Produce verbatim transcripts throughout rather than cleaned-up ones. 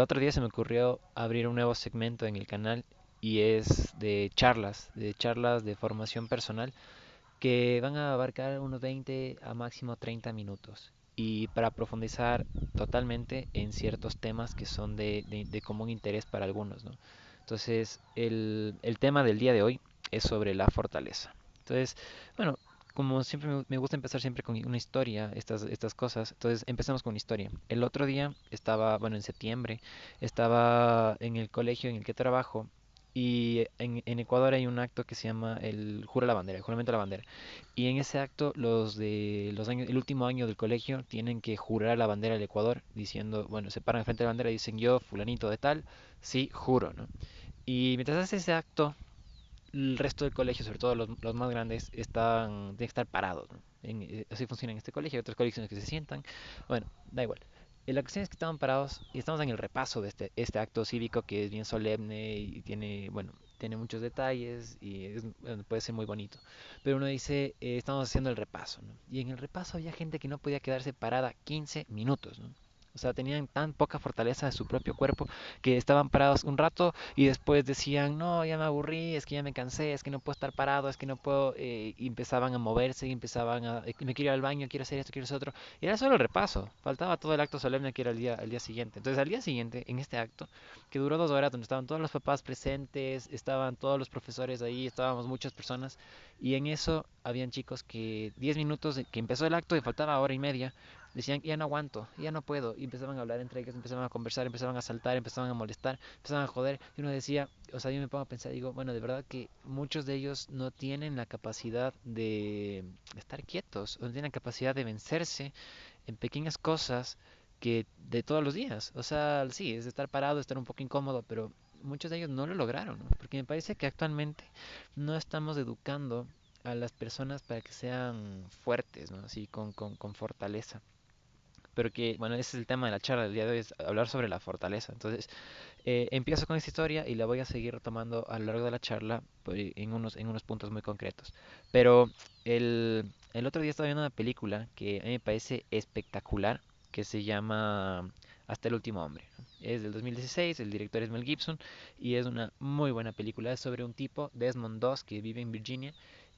otro día se me ocurrió abrir un nuevo segmento en el canal y es de charlas, de charlas de formación personal que van a abarcar unos veinte a máximo treinta minutos y para profundizar totalmente en ciertos temas que son de, de- de común interés para algunos, ¿no? Entonces, el, el tema del día de hoy es sobre la fortaleza. Entonces, bueno, como siempre me, me gusta empezar siempre con una historia, estas, estas cosas, entonces empezamos con una historia. El otro día estaba, bueno, en septiembre, estaba en el colegio en el que trabajo y en, en Ecuador hay un acto que se llama el juro a la bandera, el juramento a la bandera. Y en ese acto, los de los años, el último año del colegio tienen que jurar la bandera del Ecuador, diciendo, bueno, se paran frente a la bandera y dicen yo, fulanito de tal, sí, juro, ¿no? Y mientras hace ese acto, el resto del colegio, sobre todo los, los más grandes, están, tienen que estar parados, ¿no? En- eh, así funciona en este colegio, hay otros colegios en los que se sientan. Bueno, da igual. Eh, La cuestión es que estaban parados y estamos en el repaso de este, este acto cívico que es bien solemne y tiene, bueno, tiene muchos detalles y es- bueno, puede ser muy bonito. Pero uno dice, eh, estamos haciendo el repaso, ¿no? Y en el repaso había gente que no podía quedarse parada quince minutos, ¿no? O sea, tenían tan poca fortaleza de su propio cuerpo que estaban parados un rato y después decían, no, ya me aburrí, es que ya me cansé, es que no puedo estar parado, es que no puedo, eh, y empezaban a moverse, y empezaban a, eh, me quiero ir al baño, quiero hacer esto, quiero hacer otro. Y era solo el repaso, faltaba todo el acto solemne que era el día, el día siguiente. Entonces al día siguiente, en este acto, que duró dos horas, donde estaban todos los papás presentes, estaban todos los profesores ahí, estábamos muchas personas, y en eso habían chicos que diez minutos de que empezó el acto y faltaba hora y media, decían, ya no aguanto, ya no puedo, y empezaban a hablar entre ellos, empezaban a conversar, empezaban a saltar, empezaban a molestar, empezaban a joder, y uno decía, o sea, yo me pongo a pensar, digo, bueno, de verdad que muchos de ellos no tienen la capacidad de estar quietos, o no tienen la capacidad de vencerse en pequeñas cosas que de todos los días. O sea, sí, es estar parado, estar un poco incómodo, pero muchos de ellos no lo lograron, ¿no? Porque me parece que actualmente no estamos educando a las personas para que sean fuertes, ¿no? Así, con, con, con fortaleza. Pero que, bueno, ese es el tema de la charla del día de hoy, es hablar sobre la fortaleza. Entonces, eh, empiezo con esta historia y la voy a seguir retomando a lo largo de la charla pues, en unos, en unos puntos muy concretos. Pero el, el otro día estaba viendo una película que a mí me parece espectacular, que se llama Hasta el último hombre, ¿no? Es del dos mil dieciséis, el director es Mel Gibson y es una muy buena película. Es sobre un tipo, Desmond Doss, que vive en Virginia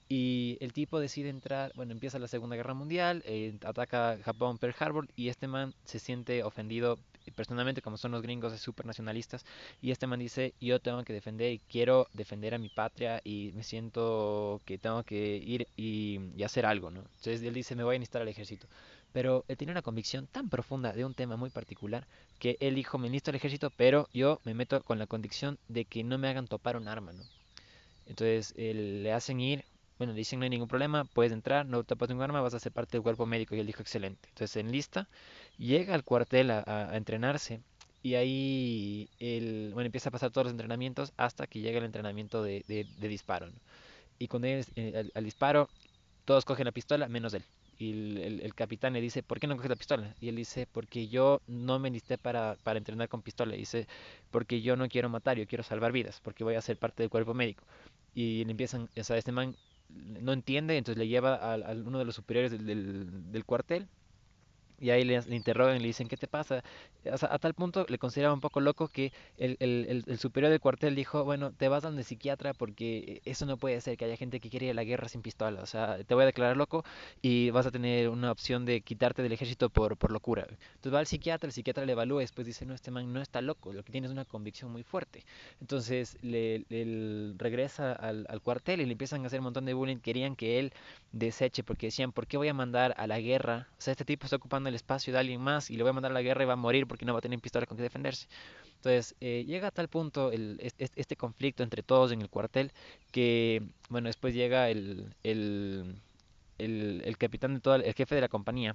y el tipo decide entrar, bueno, empieza la Segunda Guerra Mundial, eh, ataca Japón, Pearl Harbor, y este man se siente ofendido personalmente, como son los gringos, es súper nacionalistas, y este man dice, yo tengo que defender y quiero defender a mi patria y me siento que tengo que ir y, y hacer algo, ¿no? Entonces él dice, me voy a enlistar al ejército. Pero él tiene una convicción tan profunda de un tema muy particular que él dijo, me enlisto al ejército, pero yo me meto con la convicción de que no me hagan topar un arma, ¿no? Entonces él- le hacen ir, bueno, le dicen no hay ningún problema, puedes entrar, no tapas ningún arma, vas a ser parte del cuerpo médico. Y él dijo excelente. Entonces se enlista, llega al cuartel a, a- a entrenarse y ahí él, bueno, empieza a pasar todos los entrenamientos hasta que llega el entrenamiento de, de- de disparo, ¿no? Y con él, eh, al, al disparo, todos cogen la pistola menos él. Y el, el- el capitán le dice, ¿por qué no coges la pistola? Y él dice, porque yo no me enlisté para, para entrenar con pistola. Y dice, porque yo no quiero matar, yo quiero salvar vidas, porque voy a ser parte del cuerpo médico. Y le empiezan, o sea, este man no entiende, entonces le lleva a, a uno de los superiores del, del, del cuartel y ahí le, le interrogan y le dicen, ¿qué te pasa? O sea, a tal punto le consideraba un poco loco que el, el, el- el superior del cuartel dijo, bueno, te vas donde psiquiatra porque eso no puede ser, que haya gente que quiere ir a la guerra sin pistola. O sea, te voy a declarar loco y vas a tener una opción de quitarte del ejército por, por locura. Entonces va al psiquiatra, el psiquiatra le evalúa y después dice, no, este man no está loco, lo que tiene es una convicción muy fuerte. Entonces le, le regresa al, al cuartel y le empiezan a hacer un montón de bullying. Querían que él deseche porque decían, ¿por qué voy a mandar a la guerra? O sea, este tipo está ocupando el espacio de alguien más y le voy a mandar a la guerra y va a morir porque no va a tener pistola con que defenderse. Entonces, eh, llega a tal punto el, es- es- este conflicto entre todos en el cuartel que, bueno, después llega el, el, el, el capitán de todo, el jefe de la compañía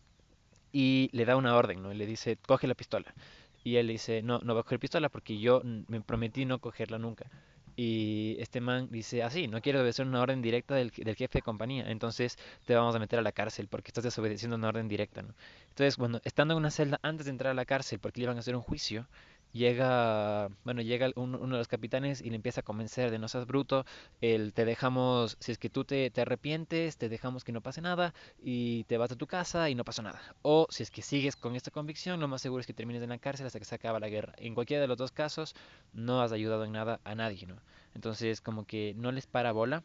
y le da una orden, ¿no? Y le dice, coge la pistola. Y él dice, no, no voy a coger pistola porque yo mm, me prometí no cogerla nunca. Y este man dice, ah, sí, no quiero obedecer una orden directa del, del jefe de compañía, entonces te vamos a meter a la cárcel porque estás desobedeciendo una orden directa, ¿no? Entonces, bueno, estando en una celda antes de entrar a la cárcel porque le iban a hacer un juicio, llega, bueno, llega un- uno de los capitanes y le empieza a convencer de no seas bruto, el, te dejamos, si es que tú te, te arrepientes, te dejamos que no pase nada y te vas a tu casa y no pasó nada. O si es que sigues con esta convicción, lo más seguro es que termines en la cárcel hasta que se acaba la guerra. En cualquiera de los dos casos, no has ayudado en nada a nadie, ¿no? Entonces, como que no les para bola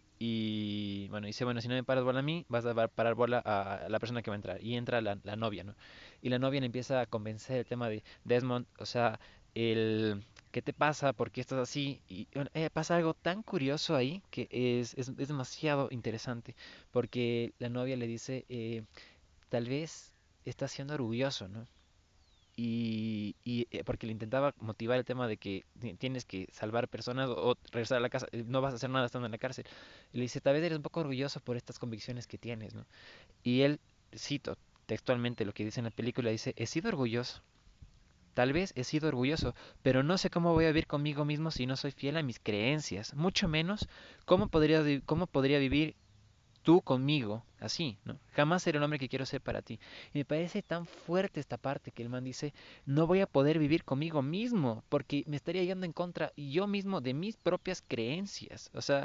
y bueno, dice, bueno, si no me paras bola a mí, vas a parar bola a la persona que va a entrar. Y entra la, la novia, ¿no? Y la novia le empieza a convencer el tema de Desmond, o sea, el ¿qué te pasa? ¿Por qué estás así? Y bueno, eh, pasa algo tan curioso ahí que es, es, es demasiado interesante. Porque la novia le dice, eh, tal vez estás siendo orgulloso, ¿no? Y, y eh, porque le intentaba motivar el tema de que ti- tienes que salvar personas o, o regresar a la casa, eh, no vas a hacer nada estando en la cárcel. Y le dice, tal vez eres un poco orgulloso por estas convicciones que tienes, ¿no? Y él, cito textualmente lo que dice en la película, dice, he sido orgulloso, tal vez he sido orgulloso, pero no sé cómo voy a vivir conmigo mismo si no soy fiel a mis creencias, mucho menos cómo podría, vi- cómo podría vivir tú conmigo, así, ¿no? Jamás seré el hombre que quiero ser para ti. Y me parece tan fuerte esta parte que el man dice, no voy a poder vivir conmigo mismo, porque me estaría yendo en contra yo mismo de mis propias creencias. O sea,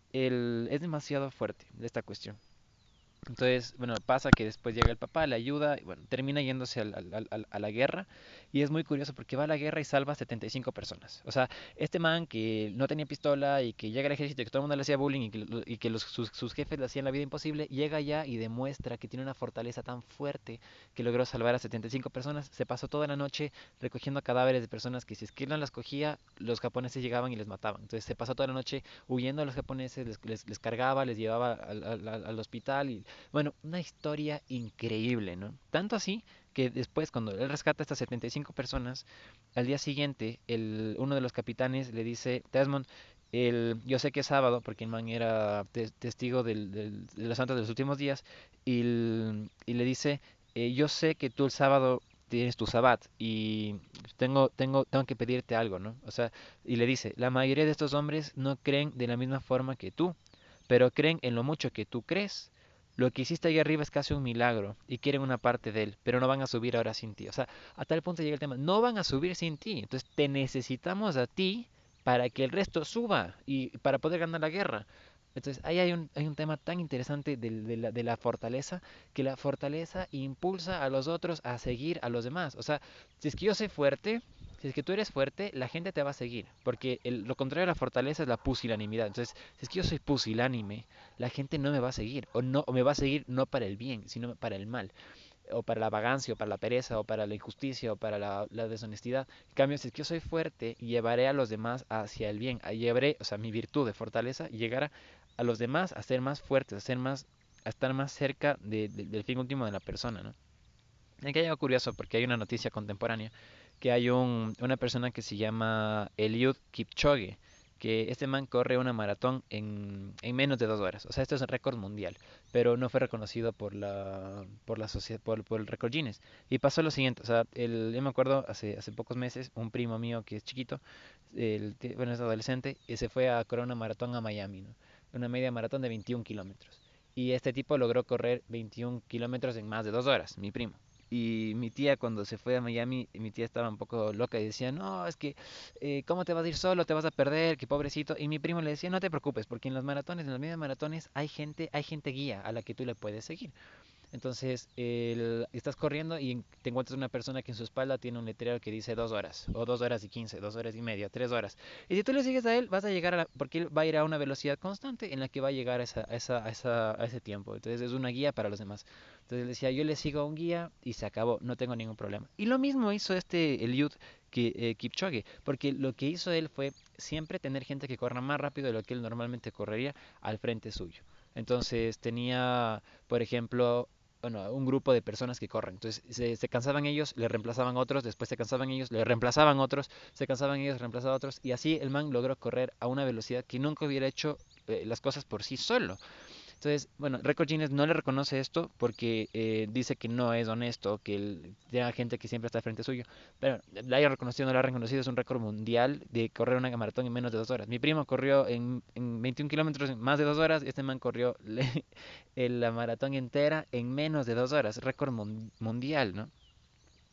el, es demasiado fuerte esta cuestión. Entonces, bueno, pasa que después llega el papá, le ayuda, y bueno, termina yéndose al- al- al- al- a la guerra. Y es muy curioso porque va a la guerra y salva a setenta y cinco personas. O sea, este man que no tenía pistola y que llega al ejército y que todo el mundo le hacía bullying y que, lo- y que los, sus, sus jefes le hacían la vida imposible, llega allá y demuestra que tiene una fortaleza tan fuerte que logró salvar a setenta y cinco personas. Se pasó toda la noche recogiendo cadáveres de personas que si es que él no las cogía, los japoneses llegaban y les mataban. Entonces se pasó toda la noche huyendo a los japoneses, les, les, les cargaba, les llevaba al, al al- al hospital y bueno, una historia increíble, ¿no? Tanto así que después, cuando él rescata a estas setenta y cinco personas, al día siguiente, el, uno de los capitanes le dice, Desmond, el, yo sé que es sábado, porque el man era te- testigo del, del- de los santos de los últimos días, y, el- y le dice, "Eh, yo sé que tú el sábado tienes tu sabbat y tengo, tengo, tengo que pedirte algo, ¿no? O sea, y le dice, la mayoría de estos hombres no creen de la misma forma que tú, pero creen en lo mucho que tú crees. Lo que hiciste ahí arriba es casi un milagro y quieren una parte de él, pero no van a subir ahora sin ti. O sea, a tal punto llega el tema, no van a subir sin ti. Entonces te necesitamos a ti para que el resto suba y para poder ganar la guerra. Entonces ahí hay un, hay un tema tan interesante del- de, la, de la fortaleza, que la fortaleza impulsa a los otros a seguir a los demás. O sea, si es que yo soy fuerte, si es que tú eres fuerte, la gente te va a seguir, porque el- lo contrario a la fortaleza es la pusilanimidad. Entonces, si es que yo soy pusilánime, la gente no me va a seguir, o no, o me va a seguir no para el bien, sino para el mal, o para la vagancia, o para la pereza, o para la injusticia, o para la, la deshonestidad. En cambio, si es que yo soy fuerte, llevaré a los demás hacia el bien, a- llevaré, o sea, mi virtud de fortaleza, llegará a los demás a ser más fuertes, a ser más, a estar más cerca de- de- del fin último de la persona, ¿no? Aquí hay algo curioso porque hay una noticia contemporánea que hay un, una persona que se llama Eliud Kipchoge, que este man corre una maratón en, en menos de dos horas. O sea, esto es un récord mundial, pero no fue reconocido por la por la sociedad, por, por el récord Guinness. Y pasó lo siguiente, o sea, el, yo me acuerdo hace hace pocos meses un primo mío que es chiquito, el, ti- bueno, es adolescente, y se fue a correr una maratón a Miami, ¿no? Una media maratón de veintiún kilómetros. Y este tipo logró correr veintiún kilómetros en más de dos horas, mi primo. Y mi tía cuando se fue a Miami, mi tía estaba un poco loca y decía, no, es que, eh, ¿cómo te vas a ir solo? Te vas a perder, qué pobrecito. Y mi primo le decía, no te preocupes, porque en los maratones, en las medias maratones, hay gente, hay gente guía a la que tú le puedes seguir. Entonces, el- estás corriendo y te encuentras una persona que en su espalda tiene un letrero que dice dos horas, o dos horas y quince, dos horas y media, tres horas. Y si tú le sigues a él, vas a llegar a la, porque él va a ir a una velocidad constante en la que va a llegar a, esa, a, esa, a, esa- a ese tiempo. Entonces, es una guía para los demás. Entonces, le decía, yo le sigo a un guía y se acabó, no tengo ningún problema. Y lo mismo hizo este Eliud que, eh, Kipchoge, porque lo que hizo él fue siempre tener gente que corra más rápido de lo que él normalmente correría al frente suyo. Entonces tenía, por ejemplo, bueno, un grupo de personas que corren. Entonces se, se cansaban ellos, le reemplazaban otros, después se cansaban ellos, le reemplazaban otros, se cansaban ellos, reemplazaban otros, y así el man logró correr a una velocidad que nunca hubiera hecho eh, las cosas por sí solo. Entonces, bueno, Record Guinness no le reconoce esto porque eh, dice que no es honesto, que él tenga gente que siempre está al frente suyo. Pero la haya reconocido o no la haya reconocido, es un récord mundial de correr una maratón en menos de dos horas. Mi primo corrió en, en veintiún kilómetros en más de dos horas, y este man corrió le- la maratón entera en menos de dos horas, récord mun- mundial, ¿no?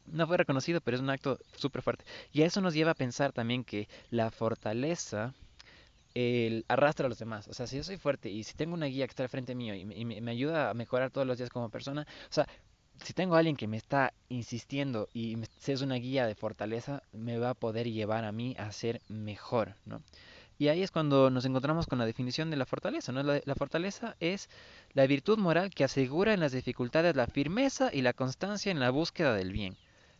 no fue reconocido, pero es un acto súper fuerte. Y a eso nos lleva a pensar también que la fortaleza el arrastra a los demás. O sea, si yo soy fuerte y si tengo una guía que está al frente mío y, me, y me- me ayuda a mejorar todos los días como persona, o sea, si tengo a alguien que me está insistiendo y me- si es una guía de fortaleza, me va a poder llevar a mí a ser mejor, ¿no? Y ahí es cuando nos encontramos con la definición de la fortaleza, ¿no? La, la fortaleza es la virtud moral que asegura en las dificultades la firmeza y la constancia en la búsqueda del bien.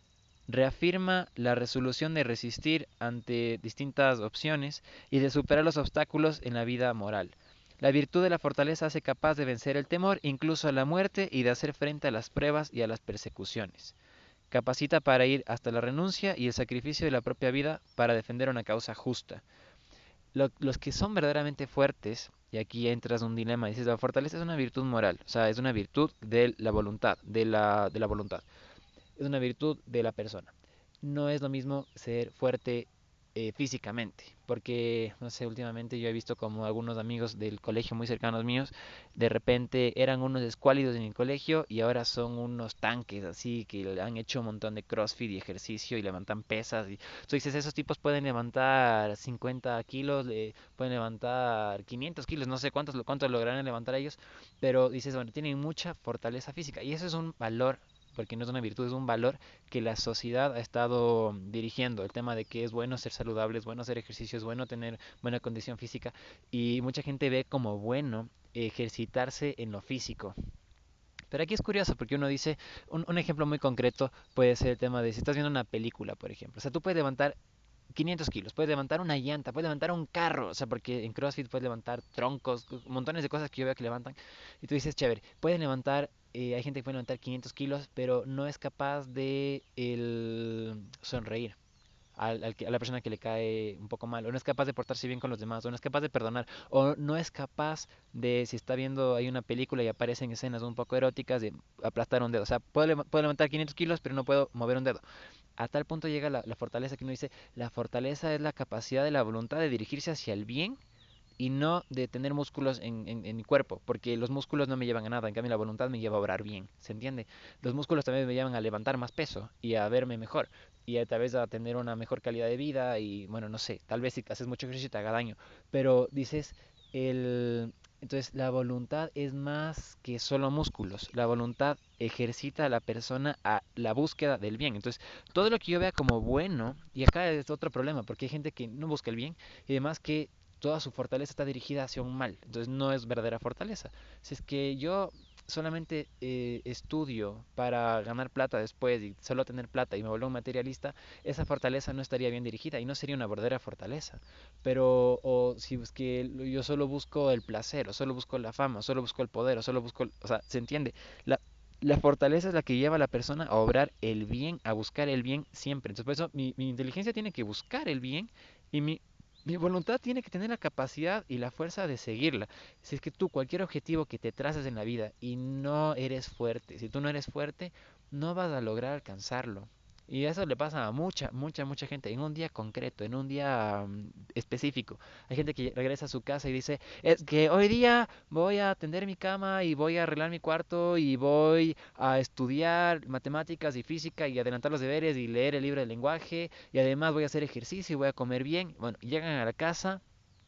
Reafirma la resolución de resistir ante distintas opciones y de superar los obstáculos en la vida moral. La virtud de la fortaleza hace capaz de vencer el temor, incluso a la muerte, y de hacer frente a las pruebas y a las persecuciones. Capacita para ir hasta la renuncia y el sacrificio de la propia vida para defender una causa justa. Lo- los que son verdaderamente fuertes, y aquí entras en un dilema, dices, la fortaleza es una virtud moral, o sea, es una virtud de la voluntad, de la, de la voluntad, es una virtud de la persona. No es lo mismo ser fuerte eh, físicamente, porque, no sé, últimamente yo he visto como algunos amigos del colegio muy cercanos míos, de repente eran unos escuálidos en el colegio y ahora son unos tanques, así, que le han hecho un montón de CrossFit y ejercicio y levantan pesas. Y tú dices, esos tipos pueden levantar cincuenta kilos, le pueden levantar quinientos kilos, no sé cuántos, cuántos lograrán levantar ellos, pero dices, bueno, tienen mucha fortaleza física y eso es un valor porque no es una virtud, es un valor que la sociedad ha estado dirigiendo. El tema de que es bueno ser saludable, es bueno hacer ejercicio, es bueno tener buena condición física. Y mucha gente ve como bueno ejercitarse en lo físico. Pero aquí es curioso porque uno dice, un, un ejemplo muy concreto puede ser el tema de si estás viendo una película, por ejemplo. O sea, tú puedes levantar quinientos kilos, puedes levantar una llanta, puedes levantar un carro, o sea, porque en CrossFit puedes levantar troncos, montones de cosas que yo veo que levantan, y tú dices, chévere, pueden levantar, eh, hay gente que puede levantar quinientos kilos, pero no es capaz de el sonreír. Al, al que- a la persona que le cae un poco mal, o no es capaz de portarse bien con los demás, o no es capaz de perdonar, o no es capaz de, si está viendo hay una película y aparecen escenas un poco eróticas, de aplastar un dedo. O sea, puedo, leva- puedo levantar quinientos kilos, pero no puedo mover un dedo. A tal punto llega la, la fortaleza que uno dice, la fortaleza es la capacidad de la voluntad de dirigirse hacia el bien y no de tener músculos en, en, en mi cuerpo, porque los músculos no me llevan a nada, en cambio la voluntad me lleva a obrar bien, ¿se entiende? Los músculos también me llevan a levantar más peso y a verme mejor y a tal vez a tener una mejor calidad de vida y bueno, no sé, tal vez si haces mucho ejercicio te haga daño, pero dices, el... Entonces la voluntad es más que solo músculos, la voluntad ejercita a la persona a la búsqueda del bien. Entonces, todo lo que yo vea como bueno, y acá es otro problema, porque hay gente que no busca el bien y además que toda su fortaleza está dirigida hacia un mal. Entonces no es verdadera fortaleza. Si es que yo solamente eh, estudio para ganar plata después y solo tener plata y me vuelvo un materialista, esa fortaleza no estaría bien dirigida y no sería una verdadera fortaleza. Pero, o si es que yo solo busco el placer, o solo busco la fama, o solo busco el poder, o solo busco, el- o sea, ¿se entiende? La, la fortaleza es la que lleva a la persona a obrar el bien, a buscar el bien siempre. Entonces, por eso mi, mi inteligencia tiene que buscar el bien y mi mi voluntad tiene que tener la capacidad y la fuerza de seguirla. Si es que tú cualquier objetivo que te traces en la vida y no eres fuerte, si tú no eres fuerte, no vas a lograr alcanzarlo. Y eso le pasa a mucha, mucha, mucha gente en un día concreto, en un día mm, específico. Hay gente que regresa a su casa y dice, es que hoy día voy a tender mi cama y voy a arreglar mi cuarto y voy a estudiar matemáticas y física y adelantar los deberes y leer el libro de lenguaje y además voy a hacer ejercicio y voy a comer bien. Bueno, llegan a la casa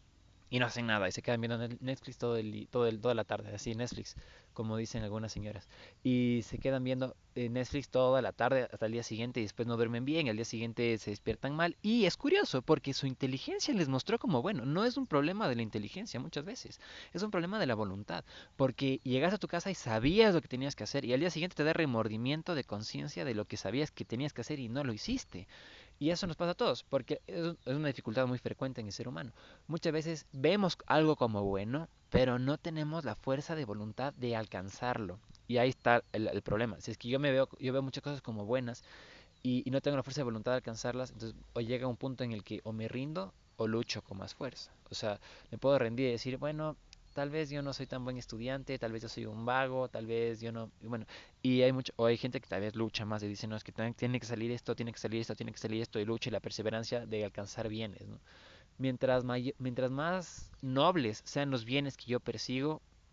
y no hacen nada y se quedan viendo Netflix todo el, todo el, toda la tarde, así Netflix, como dicen algunas señoras. Y se quedan viendo eh, Netflix toda la tarde hasta el día siguiente y después no duermen bien, el día siguiente se despiertan mal. Y es curioso porque su inteligencia les mostró como bueno, no es un problema de la inteligencia muchas veces, es un problema de la voluntad, porque llegas a tu casa y sabías lo que tenías que hacer y al día siguiente te da remordimiento de conciencia de lo que sabías que tenías que hacer y no lo hiciste. Y eso nos pasa a todos, porque es es una dificultad muy frecuente en el ser humano. Muchas veces vemos algo como bueno, pero no tenemos la fuerza de voluntad de alcanzarlo. Y ahí está el, el problema. Si es que yo me veo, yo veo muchas cosas como buenas y, y no tengo la fuerza de voluntad de alcanzarlas, entonces o llega un punto en el que o me rindo o lucho con más fuerza. O sea, me puedo rendir y decir, bueno, tal vez yo no soy tan buen estudiante, tal vez yo soy un vago, tal vez yo no, y bueno, y hay mucho, o hay gente que tal vez lucha más y dice, no, es que tiene que salir esto, tiene que salir esto, tiene que salir esto, y lucha y la perseverancia de alcanzar bienes, ¿no? Mientras, may- mientras más nobles sean los bienes que yo persigo,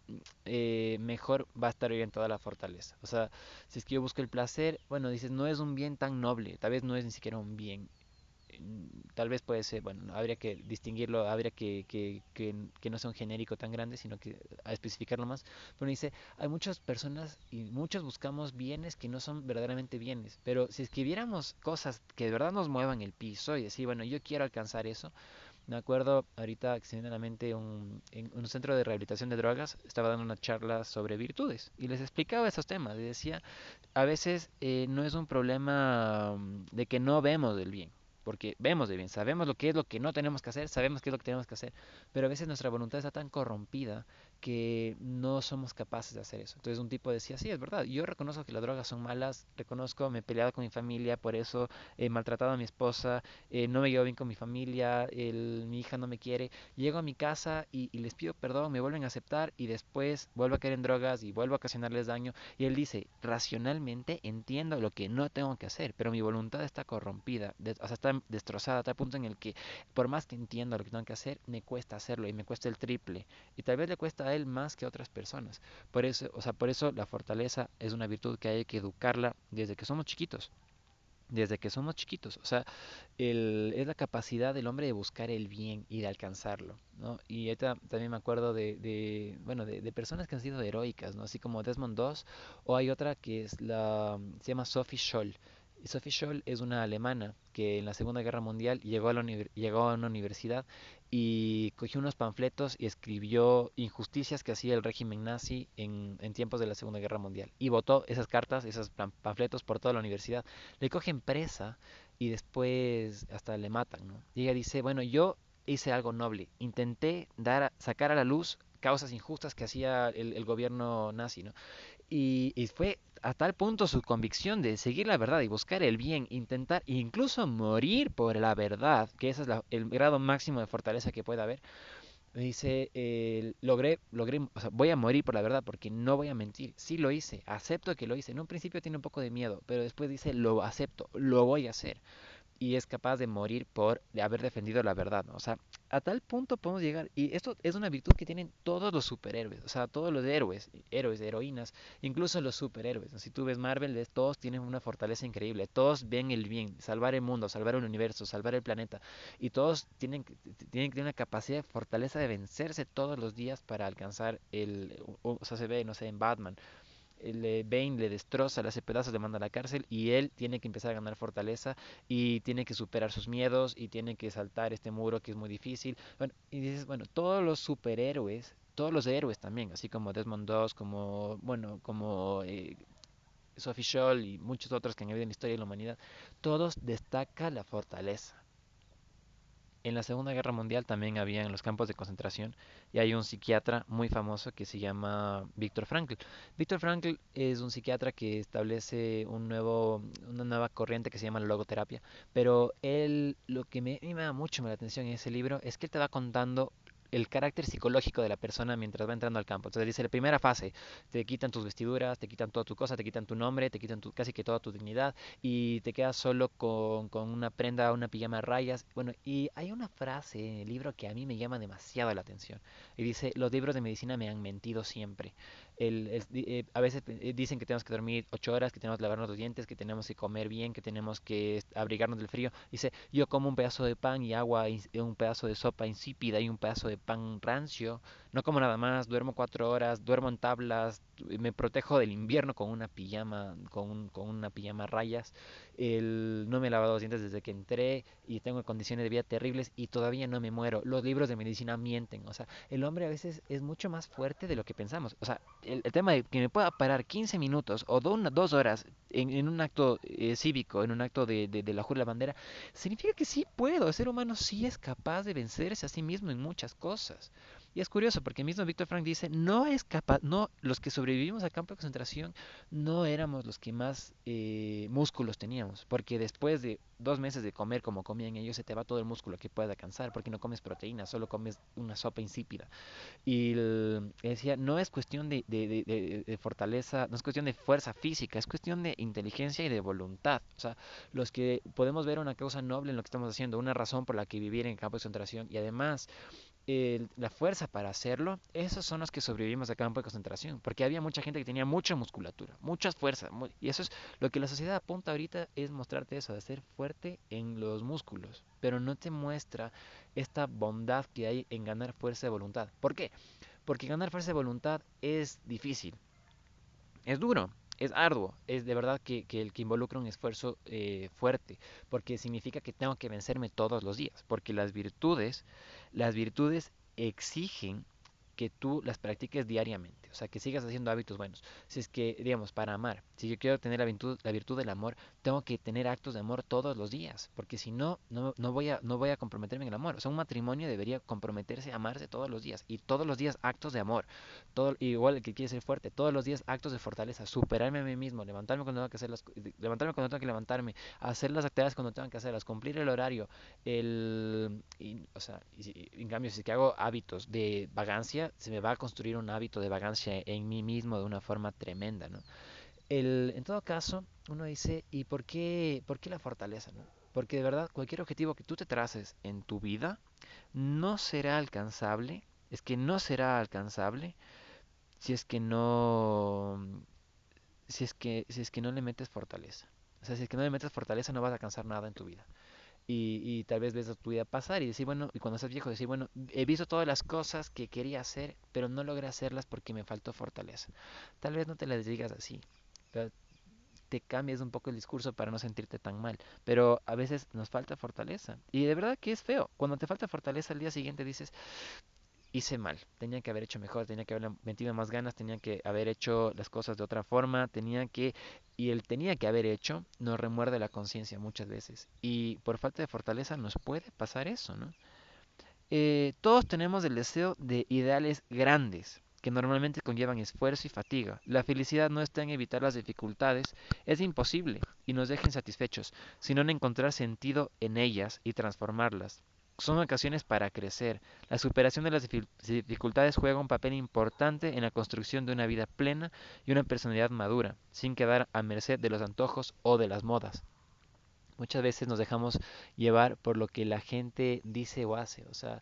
eh, mejor va a estar orientada a la fortaleza. O sea, si es que yo busco el placer, bueno, dices, no es un bien tan noble, tal vez no es ni siquiera un bien. mm, Tal vez puede ser, bueno, habría que distinguirlo, habría que, que, que, que no sea un genérico tan grande, sino que a especificarlo más. Pero dice, hay muchas personas y muchos buscamos bienes que no son verdaderamente bienes, pero si es que viéramos cosas que de verdad nos muevan el piso y decir, bueno, yo quiero alcanzar eso, me acuerdo ahorita que se me viene a la mente un, en un centro de rehabilitación de drogas, estaba dando una charla sobre virtudes y les explicaba esos temas y decía, a veces eh, no es un problema mm, de que no vemos el bien, porque vemos el bien, sabemos lo que es lo que no tenemos que hacer, sabemos qué es lo que tenemos que hacer, pero a veces nuestra voluntad está tan corrompida que no somos capaces de hacer eso. Entonces un tipo decía, sí, es verdad, yo reconozco que las drogas son malas, reconozco, me he peleado con mi familia, por eso he maltratado a mi esposa, eh, no me llevo bien con mi familia, el, mi hija no me quiere, llego a mi casa y, y les pido perdón, me vuelven a aceptar y después vuelvo a caer en drogas y vuelvo a ocasionarles daño y él dice, racionalmente entiendo lo que no tengo que hacer, pero mi voluntad está corrompida, de- o sea, está destrozada a tal punto en el que por más que entiendo lo que tengo que hacer, me cuesta hacerlo y me cuesta el triple. Y tal vez le cuesta a él más que a otras personas. Por eso, o sea, por eso la fortaleza es una virtud que hay que educarla desde que somos chiquitos. Desde que somos chiquitos, o sea, el, es la capacidad del hombre de buscar el bien y de alcanzarlo, ¿no? Y ahorita también me acuerdo de, de bueno, de, de personas que han sido heroicas, ¿no? Así como Desmond Doss, o hay otra que es la, se llama Sophie Scholl. Y Sophie Scholl es una alemana que en la Segunda Guerra Mundial llegó a, la univer- llegó a una universidad y cogió unos panfletos y escribió injusticias que hacía el régimen nazi en, en tiempos de la Segunda Guerra Mundial. Y botó esas cartas, esos pan- panfletos por toda la universidad. Le cogen presa y después hasta le matan, ¿no? Y ella dice, bueno, yo hice algo noble, intenté dar a- sacar a la luz causas injustas que hacía el, el gobierno nazi, ¿no? Y, y fue a tal punto su convicción de seguir la verdad y buscar el bien, intentar incluso morir por la verdad, que ese es la- el grado máximo de fortaleza que puede haber. Me dice, eh, logré, logré, o sea, voy a morir por la verdad porque no voy a mentir. Sí lo hice, acepto que lo hice. En un principio tiene un poco de miedo, pero después dice, lo acepto, lo voy a hacer y es capaz de morir por de haber defendido la verdad, ¿no? O sea, a tal punto podemos llegar, y esto es una virtud que tienen todos los superhéroes, o sea, todos los héroes, héroes, heroínas, incluso los superhéroes, ¿no? Si tú ves Marvel, ves, todos tienen una fortaleza increíble, todos ven el bien, salvar el mundo, salvar el universo, salvar el planeta, y todos tienen, que- tienen que tener una capacidad de fortaleza de vencerse todos los días para alcanzar el, o, o sea, se ve, no sé, en Batman, le, Bane le destroza, le hace pedazos, le manda a la cárcel y él tiene que empezar a ganar fortaleza y tiene que superar sus miedos y tiene que saltar este muro que es muy difícil. Bueno, y dices, bueno, todos los superhéroes, todos los héroes también, así como Desmond Doss, como, bueno, como eh, Sophie Scholl y muchos otros que han habido en la historia de la humanidad, todos destaca la fortaleza. En la Segunda Guerra Mundial también había en los campos de concentración y hay un psiquiatra muy famoso que se llama Viktor Frankl. Viktor Frankl es un psiquiatra que establece un nuevo, una nueva corriente que se llama la logoterapia, pero él, lo que me, a mí me da mucho la atención en ese libro es que él te va contando el carácter psicológico de la persona mientras va entrando al campo. Entonces dice, la primera fase, te quitan tus vestiduras, te quitan toda tu cosa, te quitan tu nombre, te quitan tu, casi que toda tu dignidad y te quedas solo con, con una prenda, una pijama a rayas. Bueno, y hay una frase en el libro que a mí me llama demasiado la atención. Y dice, los libros de medicina me han mentido siempre. El, el- eh, a veces eh, dicen que tenemos que dormir ocho horas, que tenemos que lavarnos los dientes, que tenemos que comer bien, que tenemos que abrigarnos del frío. Dice, yo como un pedazo de pan y agua, y un pedazo de sopa insípida y un pedazo de pan rancio. No como nada más, duermo cuatro horas, duermo en tablas, me protejo del invierno con una pijama, con, un- con una pijama a rayas. El, no me he lavado los dientes desde que entré y tengo condiciones de vida terribles y todavía no me muero. Los libros de medicina mienten. O sea, el hombre a veces es mucho más fuerte de lo que pensamos. O sea, el, el tema de que me pueda parar quince minutos o do, una- dos horas en, en un acto eh, cívico, en un acto de, de, de la jura de la bandera, significa que sí puedo. El ser humano sí es capaz de vencerse a sí mismo en muchas cosas. Y es curioso porque mismo Víctor Frank dice, no es capaz, no, los que sobrevivimos al campo de concentración no éramos los que más eh, músculos teníamos, porque después de dos meses de comer como comían ellos, se te va todo el músculo que puedas alcanzar, porque no comes proteína, solo comes una sopa insípida. Y el- decía, no es cuestión de, de- de- de- de fortaleza, no es cuestión de fuerza física, es cuestión de inteligencia y de voluntad. O sea, los que podemos ver una causa noble en lo que estamos haciendo, una razón por la que vivir en el campo de concentración y además el- la fuerza para hacerlo, esos son los que sobrevivimos a campo de concentración, porque había mucha gente que tenía mucha musculatura, mucha fuerza, mu- y eso es lo que la sociedad apunta ahorita, es mostrarte eso, de ser fuerte en los músculos, pero no te muestra esta bondad que hay en ganar fuerza de voluntad. ¿Por qué? Porque ganar fuerza de voluntad es difícil, es duro, es arduo, es de verdad que, que el que involucra un esfuerzo eh, fuerte, porque significa que tengo que vencerme todos los días, porque las virtudes, las virtudes exigen que tú las practiques diariamente, o sea, que sigas haciendo hábitos buenos. Si es que, digamos, para amar, si yo quiero tener la virtud, la virtud del amor, tengo que tener actos de amor todos los días, porque si no, no, no voy a, no voy a comprometerme en el amor. O sea, un matrimonio debería comprometerse a amarse todos los días, y todos los días actos de amor. Todo, igual el que quiere ser fuerte, todos los días actos de fortaleza, superarme a mí mismo, levantarme cuando tengo que hacer las, levantarme cuando tengo que levantarme, hacer las actividades cuando tengo que hacerlas, cumplir el horario, el, y, o sea, y si- en cambio, si es que hago hábitos de vagancia, se me va a construir un hábito de vagancia en mí mismo de una forma tremenda, ¿no? El, en todo caso, uno dice, ¿y por qué, por qué la fortaleza, no? Porque de verdad, cualquier objetivo que tú te traces en tu vida no será alcanzable, es que no será alcanzable si es que no, si es que, si es que no le metes fortaleza. O sea, si es que no le metes fortaleza no vas a alcanzar nada en tu vida. Y, y tal vez ves a tu vida pasar y decir, bueno, y cuando seas viejo decir, bueno, he visto todas las cosas que quería hacer, pero no logré hacerlas porque me faltó fortaleza. Tal vez no te las digas así, pero te cambies un poco el discurso para no sentirte tan mal. Pero a veces nos falta fortaleza. Y de verdad que es feo. Cuando te falta fortaleza al día siguiente dices, hice mal, tenía que haber hecho mejor, tenía que haber metido más ganas, tenía que haber hecho las cosas de otra forma, tenía que, y el tenía que haber hecho nos remuerde la conciencia muchas veces. Y por falta de fortaleza nos puede pasar eso, ¿no? Eh, todos tenemos el deseo de ideales grandes, que normalmente conllevan esfuerzo y fatiga. La felicidad no está en evitar las dificultades, es imposible y nos deja insatisfechos, sino en encontrar sentido en ellas y transformarlas. Son ocasiones para crecer. La superación de las dificultades juega un papel importante en la construcción de una vida plena y una personalidad madura, sin quedar a merced de los antojos o de las modas. Muchas veces nos dejamos llevar por lo que la gente dice o hace. O sea,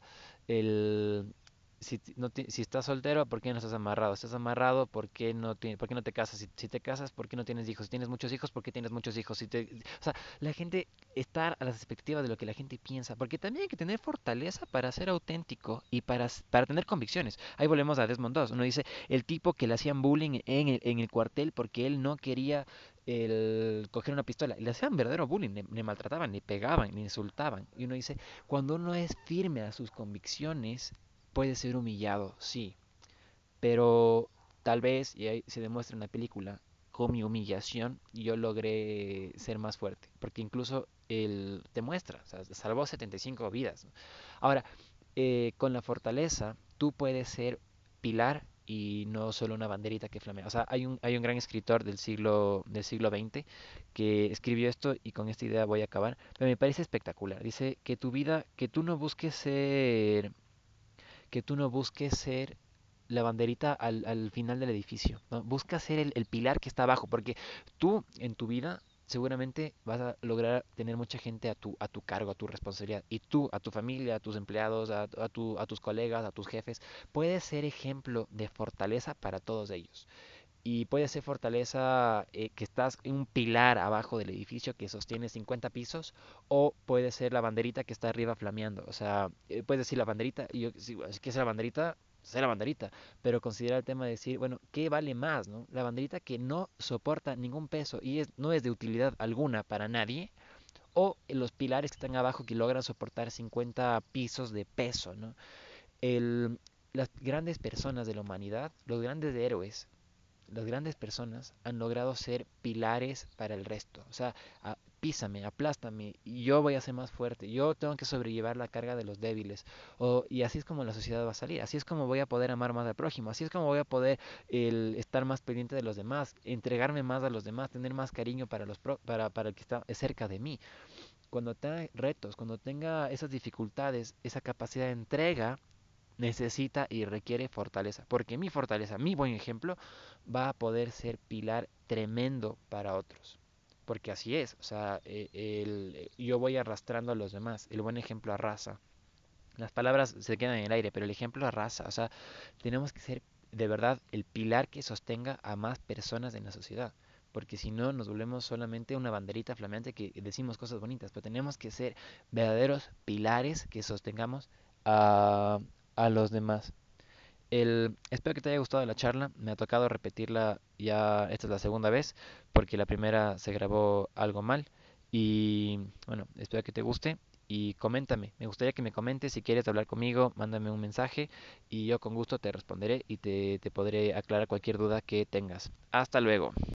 el, si, ti- no, ti- si estás soltero, ¿por qué no estás amarrado? ¿Estás amarrado? ¿Por qué no, ti- por qué no te casas? Si, si te casas, ¿por qué no tienes hijos? Si tienes muchos hijos, ¿por qué tienes muchos hijos? Si te, o sea, la gente está a las expectativas de lo que la gente piensa. Porque también hay que tener fortaleza para ser auténtico y para, s- para tener convicciones. Ahí volvemos a Desmond dos. Uno dice, el tipo que le hacían bullying en el, en el cuartel porque él no quería el coger una pistola. Y le hacían verdadero bullying, le, le maltrataban, le pegaban, le insultaban. Y uno dice, cuando uno es firme a sus convicciones, puede ser humillado, sí. Pero tal vez, y ahí se demuestra en la película, con mi humillación yo logré ser más fuerte. Porque incluso él te muestra, o sea, salvó setenta y cinco vidas. ¿No? Ahora, eh, con la fortaleza, tú puedes ser pilar y no solo una banderita que flamea. O sea, hay un, hay un gran escritor del siglo, del siglo veinte que escribió esto y con esta idea voy a acabar, pero me parece espectacular. Dice que tu vida, que tú no busques ser, que tú no busques ser la banderita al, al final del edificio, ¿no? Busca ser el, el pilar que está abajo, porque tú en tu vida seguramente vas a lograr tener mucha gente a tu, a tu cargo, a tu responsabilidad. Y tú, a tu familia, a tus empleados, a, a, tu, a tus colegas, a tus jefes, puedes ser ejemplo de fortaleza para todos ellos. Y puede ser fortaleza eh, que estás en un pilar abajo del edificio que sostiene cincuenta pisos, o puede ser la banderita que está arriba flameando. O sea, eh, puedes decir la banderita, y yo, si es que es la banderita, sé la banderita, pero considera el tema de decir, bueno, ¿qué vale más, no? La banderita que no soporta ningún peso y es, no es de utilidad alguna para nadie, o los pilares que están abajo que logran soportar cincuenta pisos de peso, ¿no? El, las grandes personas de la humanidad, los grandes héroes, las grandes personas han logrado ser pilares para el resto. O sea, a- písame, aplástame, y yo voy a ser más fuerte. Yo tengo que sobrellevar la carga de los débiles. O, y así es como la sociedad va a salir. Así es como voy a poder amar más al prójimo. Así es como voy a poder el, estar más pendiente de los demás, entregarme más a los demás, tener más cariño para, los pro- para, para el que está cerca de mí. Cuando tenga retos, cuando tenga esas dificultades, esa capacidad de entrega, necesita y requiere fortaleza, porque mi fortaleza, mi buen ejemplo, va a poder ser pilar tremendo para otros. Porque así es, o sea, eh, el, yo voy arrastrando a los demás, el buen ejemplo arrasa. Las palabras se quedan en el aire, pero el ejemplo arrasa. O sea, tenemos que ser de verdad el pilar que sostenga a más personas en la sociedad. Porque si no, nos volvemos solamente una banderita flameante que decimos cosas bonitas. Pero tenemos que ser verdaderos pilares que sostengamos a, a los demás. El, espero que te haya gustado la charla. Me ha tocado repetirla ya, esta es la segunda vez, porque la primera se grabó algo mal. Y bueno, espero que te guste y coméntame. Me gustaría que me comentes si quieres hablar conmigo, mándame un mensaje y yo con gusto te responderé y te, te podré aclarar cualquier duda que tengas. Hasta luego.